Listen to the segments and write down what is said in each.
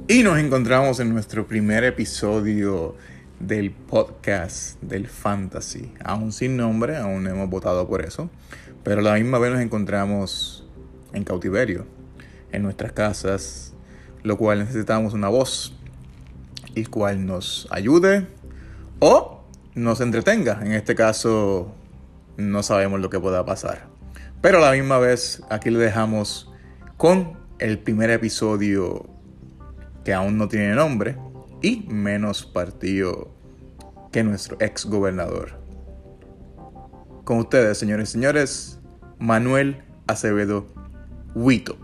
Y nos encontramos en nuestro primer episodio del podcast del Fantasy. Aún sin nombre, aún no hemos votado por eso. Pero a la misma vez nos encontramos en cautiverio, en nuestras casas, lo cual necesitamos una voz y cual nos ayude o nos entretenga. En este caso, no sabemos lo que pueda pasar. Pero a la misma vez, aquí le dejamos con el primer episodio que aún no tiene nombre y menos partido que nuestro ex gobernador. Con ustedes, señores y señores, Manuel Acevedo Huito.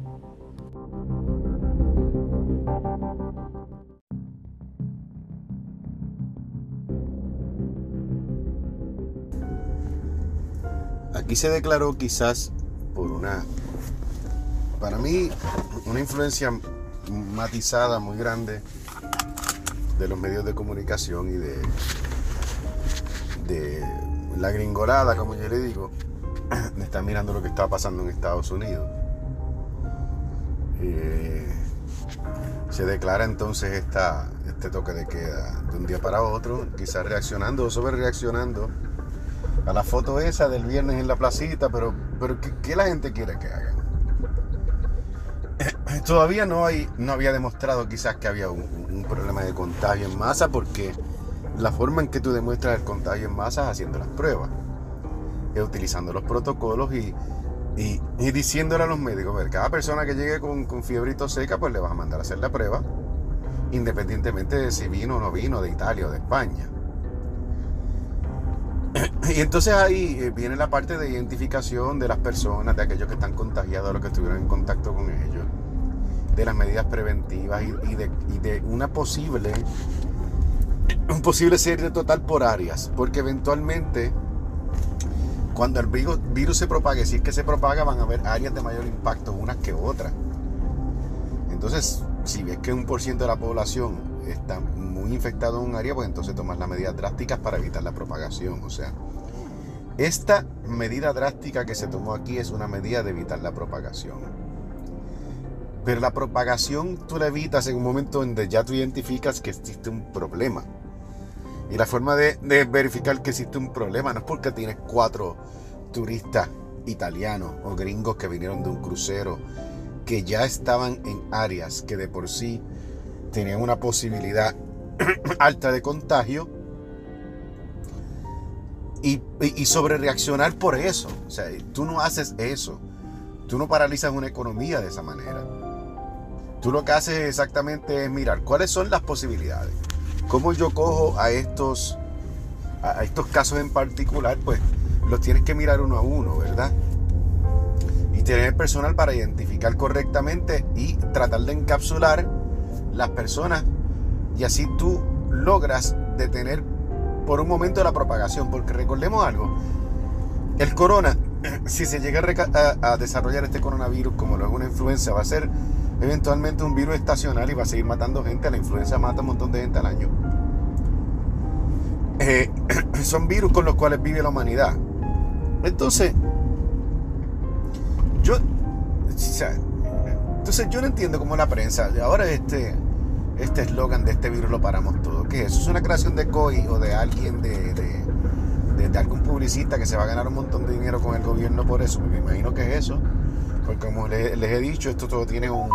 Aquí se declaró quizás por para mí, una influencia matizada muy grande de los medios de comunicación y de la gringolada, como yo le digo, de estar mirando lo que está pasando en Estados Unidos. Se declara entonces este toque de queda de un día para otro, quizás reaccionando o sobrereaccionando a la foto esa del viernes en la placita, pero ¿qué la gente quiere que hagan? Todavía no había demostrado quizás que había un problema de contagio en masa, porque la forma en que tú demuestras el contagio en masa es haciendo las pruebas, utilizando los protocolos y diciéndole a los médicos: ver, cada persona que llegue con fiebre y tos seca, pues le vas a mandar a hacer la prueba, independientemente de si vino o no vino de Italia o de España. Y entonces ahí viene la parte de identificación de las personas, de aquellos que están contagiados, de los que estuvieron en contacto con ellos, de las medidas preventivas y de un posible cierre total por áreas, porque eventualmente cuando el virus se propague, si es que se propaga, van a haber áreas de mayor impacto unas que otras. Entonces, si ves que 1% de la población está muy infectado en un área, pues entonces tomas las medidas drásticas para evitar la propagación. O sea, esta medida drástica que se tomó aquí es una medida de evitar la propagación. Pero la propagación tú la evitas en un momento donde ya tú identificas que existe un problema. Y la forma de verificar que existe un problema no es porque tienes 4 turistas italianos o gringos que vinieron de un crucero que ya estaban en áreas que de por sí tenían una posibilidad alta de contagio y sobre reaccionar por eso. O sea, tú no haces eso. Tú no paralizas una economía de esa manera. Tú lo que haces exactamente es mirar cuáles son las posibilidades. Cómo yo cojo a estos casos en particular, pues los tienes que mirar uno a uno, ¿verdad? Y tener personal para identificar correctamente y tratar de encapsular las personas, y así tú logras detener por un momento la propagación. Porque recordemos algo: el corona, si se llega a desarrollar este coronavirus como lo es una influenza, va a ser eventualmente un virus estacional y va a seguir matando gente. La influenza mata un montón de gente al año. Son virus con los cuales vive la humanidad. Entonces yo no entiendo cómo la prensa ahora este eslogan de este virus lo paramos todo. ¿Qué es eso? ¿Es una creación de COI o de alguien de algún publicista que se va a ganar un montón de dinero con el gobierno por eso? Me imagino que es eso, porque como les he dicho, esto todo tiene un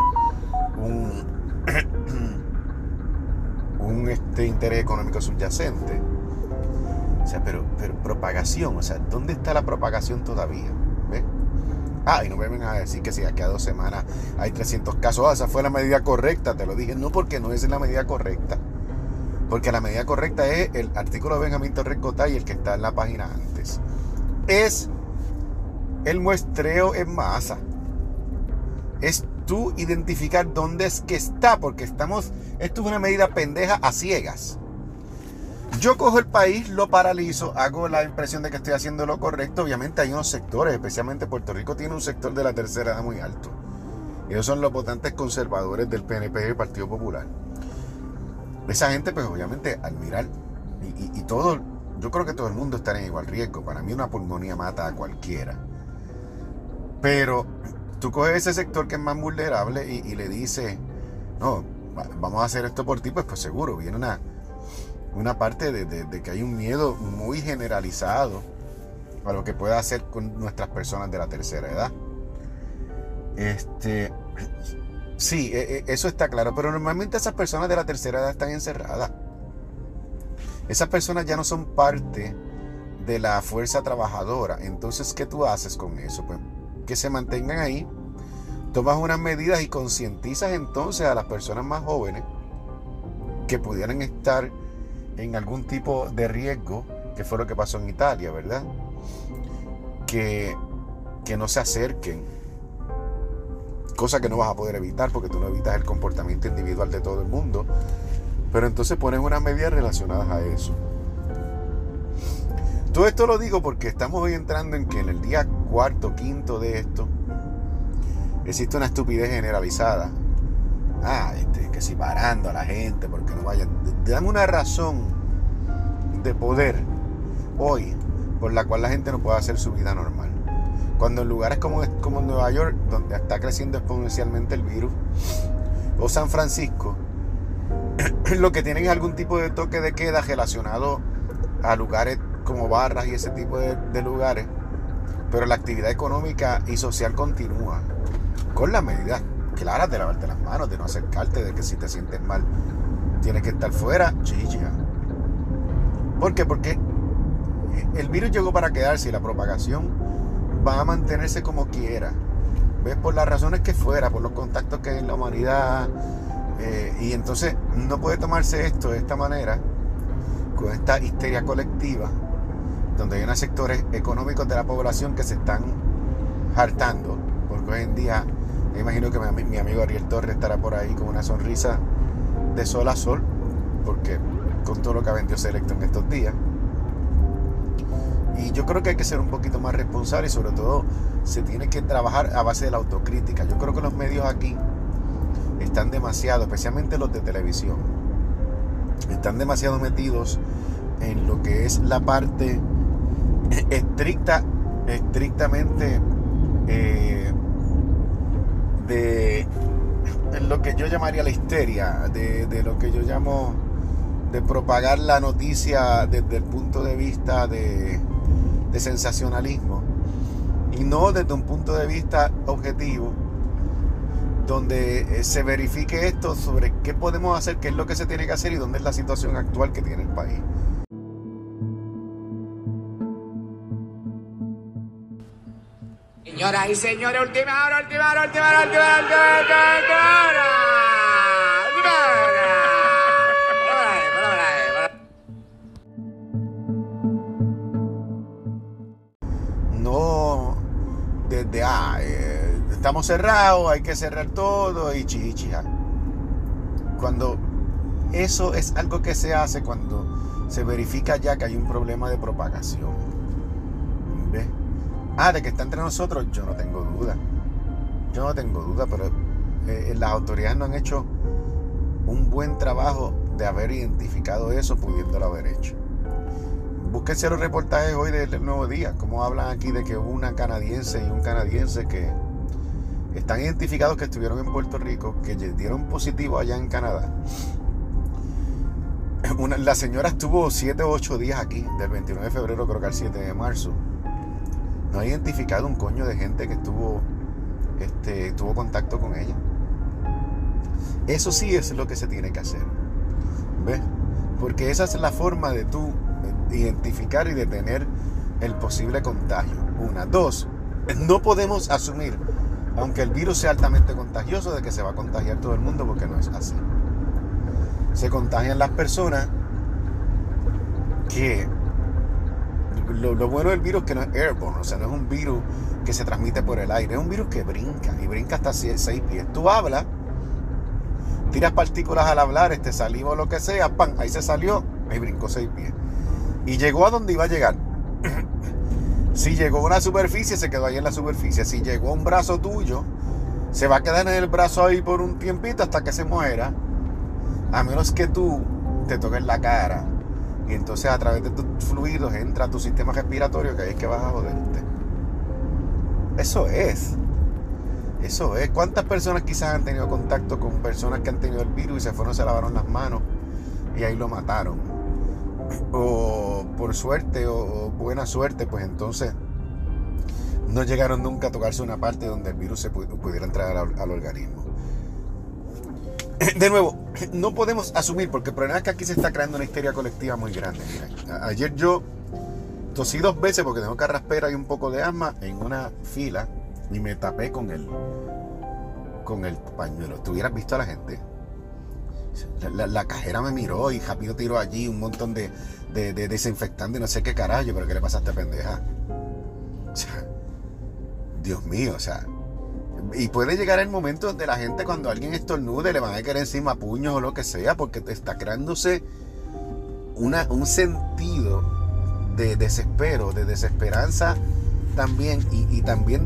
interés económico subyacente. O sea, pero propagación, o sea, ¿dónde está la propagación todavía? ¿Ves? Y no me vengan a decir que si aquí a 2 semanas hay 300 casos. Esa fue la medida correcta, te lo dije. No, porque no es la medida correcta. Porque la medida correcta es el artículo de Benjamín Torres Gotay, el que está en la página antes. Es el muestreo en masa. Es tú identificar dónde es que está, porque esto es una medida pendeja a ciegas. Yo cojo el país, lo paralizo, hago la impresión de que estoy haciendo lo correcto. Obviamente hay unos sectores, especialmente Puerto Rico tiene un sector de la tercera edad muy alto. Y esos son los votantes conservadores del PNP y del Partido Popular. Esa gente, pues obviamente, al mirar, y todo, yo creo que todo el mundo está en igual riesgo. Para mí una pulmonía mata a cualquiera. Pero tú coges ese sector que es más vulnerable y le dices: no, vamos a hacer esto por ti, pues seguro, viene una parte de que hay un miedo muy generalizado a lo que pueda hacer con nuestras personas de la tercera edad. Sí, eso está claro, pero normalmente esas personas de la tercera edad están encerradas. Esas personas ya no son parte de la fuerza trabajadora. Entonces, ¿qué tú haces con eso? Pues que se mantengan ahí, tomas unas medidas y concientizas entonces a las personas más jóvenes que pudieran estar en algún tipo de riesgo, que fue lo que pasó en Italia, ¿verdad? Que no se acerquen, cosa que no vas a poder evitar porque tú no evitas el comportamiento individual de todo el mundo, pero entonces pones unas medidas relacionadas a eso. Todo esto lo digo porque estamos hoy entrando en que en el día cuarto, quinto de esto existe una estupidez generalizada. Que si parando a la gente porque no vayan. Dame una razón de poder hoy por la cual la gente no puede hacer su vida normal. Cuando en lugares como Nueva York, donde está creciendo exponencialmente el virus, o San Francisco, lo que tienen es algún tipo de toque de queda relacionado a lugares como barras y ese tipo de lugares, pero la actividad económica y social continúa con las medidas claras de lavarte las manos, de no acercarte, de que si te sientes mal tienes que estar fuera. Chicha. ¿Por qué? Porque el virus llegó para quedarse y la propagación va a mantenerse como quiera, ¿ves? Por las razones que fuera, por los contactos que hay en la humanidad, y entonces no puede tomarse esto de esta manera, con esta histeria colectiva, donde hay unos sectores económicos de la población que se están hartando, porque hoy en día me imagino que mi amigo Ariel Torres estará por ahí con una sonrisa de sol a sol, porque con todo lo que ha vendido Selecto en estos días. Y yo creo que hay que ser un poquito más responsable y sobre todo se tiene que trabajar a base de la autocrítica. Yo creo que los medios aquí están demasiado, especialmente los de televisión, están demasiado metidos en lo que es la parte estrictamente de lo que yo llamaría la histeria, de lo que yo llamo de propagar la noticia desde el punto de vista de sensacionalismo y no desde un punto de vista objetivo, donde se verifique esto sobre qué podemos hacer, qué es lo que se tiene que hacer y dónde es la situación actual que tiene el país. Señoras y señores, última hora. No desde estamos cerrados, hay que cerrar todo y chichija. Cuando eso es algo que se hace cuando se verifica ya que hay un problema de propagación. ¿Ves? De que está entre nosotros, yo no tengo duda, pero las autoridades no han hecho un buen trabajo de haber identificado eso, pudiéndolo haber hecho. Búsquense los reportajes hoy del Nuevo Día, como hablan aquí de que hubo una canadiense y un canadiense que están identificados que estuvieron en Puerto Rico, que dieron positivo allá en Canadá. La señora estuvo 7 o 8 días aquí, del 29 de febrero creo que al 7 de marzo. No ha identificado un coño de gente que tuvo contacto con ella. Eso sí es lo que se tiene que hacer, ¿ves? Porque esa es la forma de tú identificar y detener el posible contagio. 1, 2, no podemos asumir, aunque el virus sea altamente contagioso, de que se va a contagiar todo el mundo, porque no es así. Se contagian las personas que... Lo bueno del virus es que no es airborne, o sea, no es un virus que se transmite por el aire, es un virus que brinca, y brinca hasta 6 pies. Tú hablas, tiras partículas al hablar, saliva o lo que sea, ¡pam! Ahí se salió, ahí brincó 6 pies. Y llegó a donde iba a llegar. Si llegó a una superficie, se quedó ahí en la superficie. Si llegó a un brazo tuyo, se va a quedar en el brazo ahí por un tiempito hasta que se muera, a menos que tú te toques la cara. Y entonces a través de tus fluidos entra a tu sistema respiratorio, que ahí es que vas a joderte. Eso es. Eso es. ¿Cuántas personas quizás han tenido contacto con personas que han tenido el virus y se lavaron las manos y ahí lo mataron? O por suerte o buena suerte, pues entonces no llegaron nunca a tocarse una parte donde el virus se pudiera entrar al organismo. De nuevo, no podemos asumir, porque el problema es que aquí se está creando una histeria colectiva muy grande. Mira, ayer yo tosí 2 veces porque tengo carraspera y un poco de asma en una fila y me tapé con el pañuelo. ¿Tú hubieras visto a la gente? La cajera me miró y rápido tiró allí un montón de desinfectante y no sé qué carajo. Pero ¿qué le pasa a esta pendeja? O sea, Dios mío, o sea. Y puede llegar el momento donde la gente, cuando alguien estornude, le van a caer encima puños o lo que sea, porque te está creándose un sentido de desespero, de desesperanza también, y también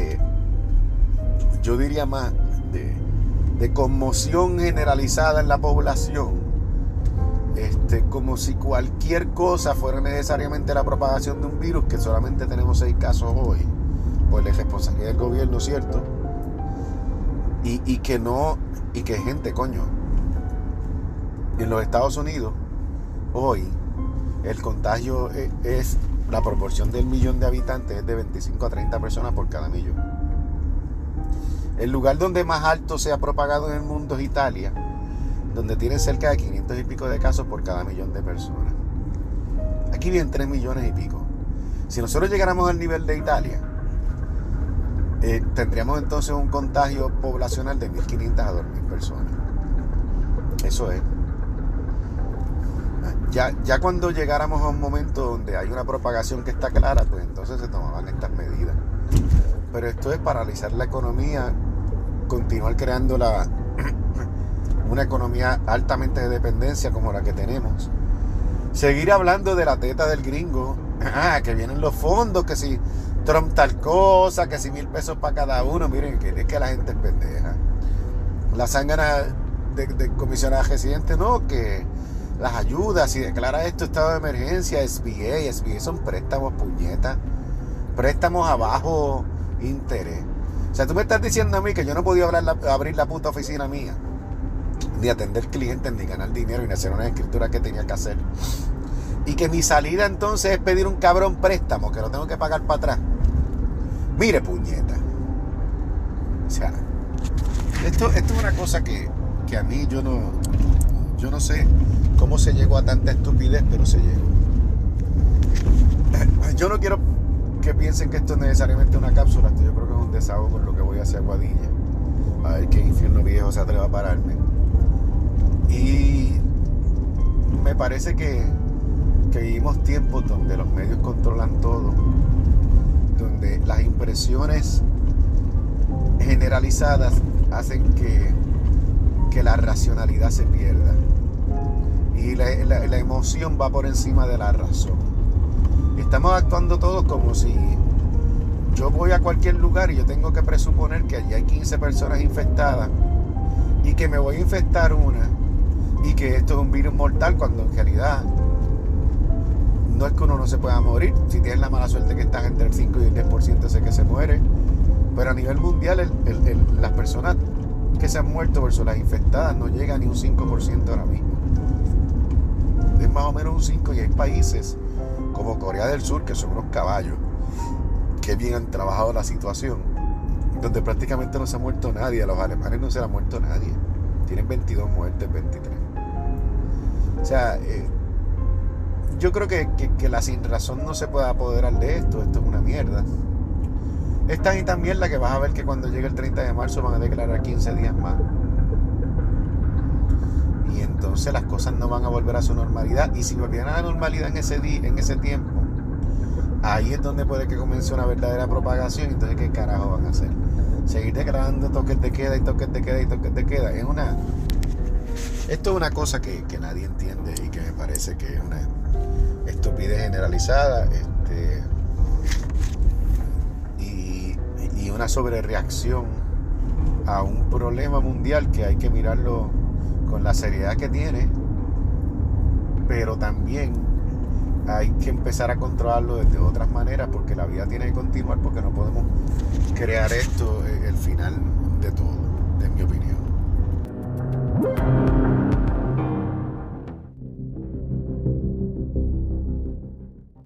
yo diría más, de conmoción generalizada en la población, como si cualquier cosa fuera necesariamente la propagación de un virus, que solamente tenemos 6 casos hoy, pues la responsabilidad del gobierno, ¿cierto? Y que gente, coño, en los Estados Unidos hoy el contagio es la proporción del millón de habitantes es de 25 a 30 personas por cada millón. El lugar donde más alto se ha propagado en el mundo es Italia, donde tiene cerca de 500 y pico de casos por cada millón de personas. Aquí vienen 3 millones y pico. Si nosotros llegáramos al nivel de Italia, tendríamos entonces un contagio poblacional de 1.500 a 2.000 personas. Eso es. Ya cuando llegáramos a un momento donde hay una propagación que está clara, pues entonces se tomaban estas medidas. Pero esto es paralizar la economía, continuar creando una economía altamente de dependencia como la que tenemos. Seguir hablando de la teta del gringo, que vienen los fondos, que si Trump tal cosa, que si 1,000 pesos para cada uno. Miren, que es que la gente es pendeja. La zángana de comisionada residente, no, que las ayudas, si declara esto estado de emergencia, SBA son préstamos, puñetas, préstamos a bajo interés. O sea, tú me estás diciendo a mí que yo no podía abrir la puta oficina mía, ni atender clientes, ni ganar dinero, ni hacer una escritura que tenía que hacer, y que mi salida entonces es pedir un cabrón préstamo que lo tengo que pagar para atrás. Mire, puñeta. O sea, esto es una cosa que a mí yo no sé cómo se llegó a tanta estupidez, pero se llegó. Yo no quiero que piensen que esto es necesariamente una cápsula. Esto yo creo que es un desahogo con lo que voy hacia Aguadilla. A ver qué infierno viejo se atreva a pararme. Y me parece que vivimos tiempos donde los medios controlan todo, donde las impresiones generalizadas hacen que la racionalidad se pierda y la emoción va por encima de la razón. Estamos actuando todos como si yo voy a cualquier lugar y yo tengo que presuponer que allí hay 15 personas infectadas y que me voy a infectar una y que esto es un virus mortal, cuando en realidad no es que uno no se pueda morir. Si tienes la mala suerte que estás entre el 5 y el 10% sé que se muere, pero a nivel mundial las personas que se han muerto versus las infectadas no llega ni un 5% ahora mismo. Es más o menos un 5%, y hay países como Corea del Sur, que son unos caballos, que bien han trabajado la situación, donde prácticamente no se ha muerto nadie. A los alemanes no se le ha muerto nadie. Tienen 22 muertes, 23. O sea, yo creo que la sinrazón no se puede apoderar de esto. Esto es una mierda. Es tan y tan mierda que vas a ver que cuando llegue el 30 de marzo van a declarar 15 días más. Y entonces las cosas no van a volver a su normalidad. Y si volvieran a la normalidad en ese tiempo, ahí es donde puede que comience una verdadera propagación. Entonces, ¿qué carajo van a hacer? Seguir declarando toques de queda y toques de queda y toques de queda. Esto es una cosa que nadie entiende y que me parece que es una estupidez generalizada, y una sobrereacción a un problema mundial que hay que mirarlo con la seriedad que tiene, pero también hay que empezar a controlarlo de otras maneras, porque la vida tiene que continuar, porque no podemos crear esto, el final de tu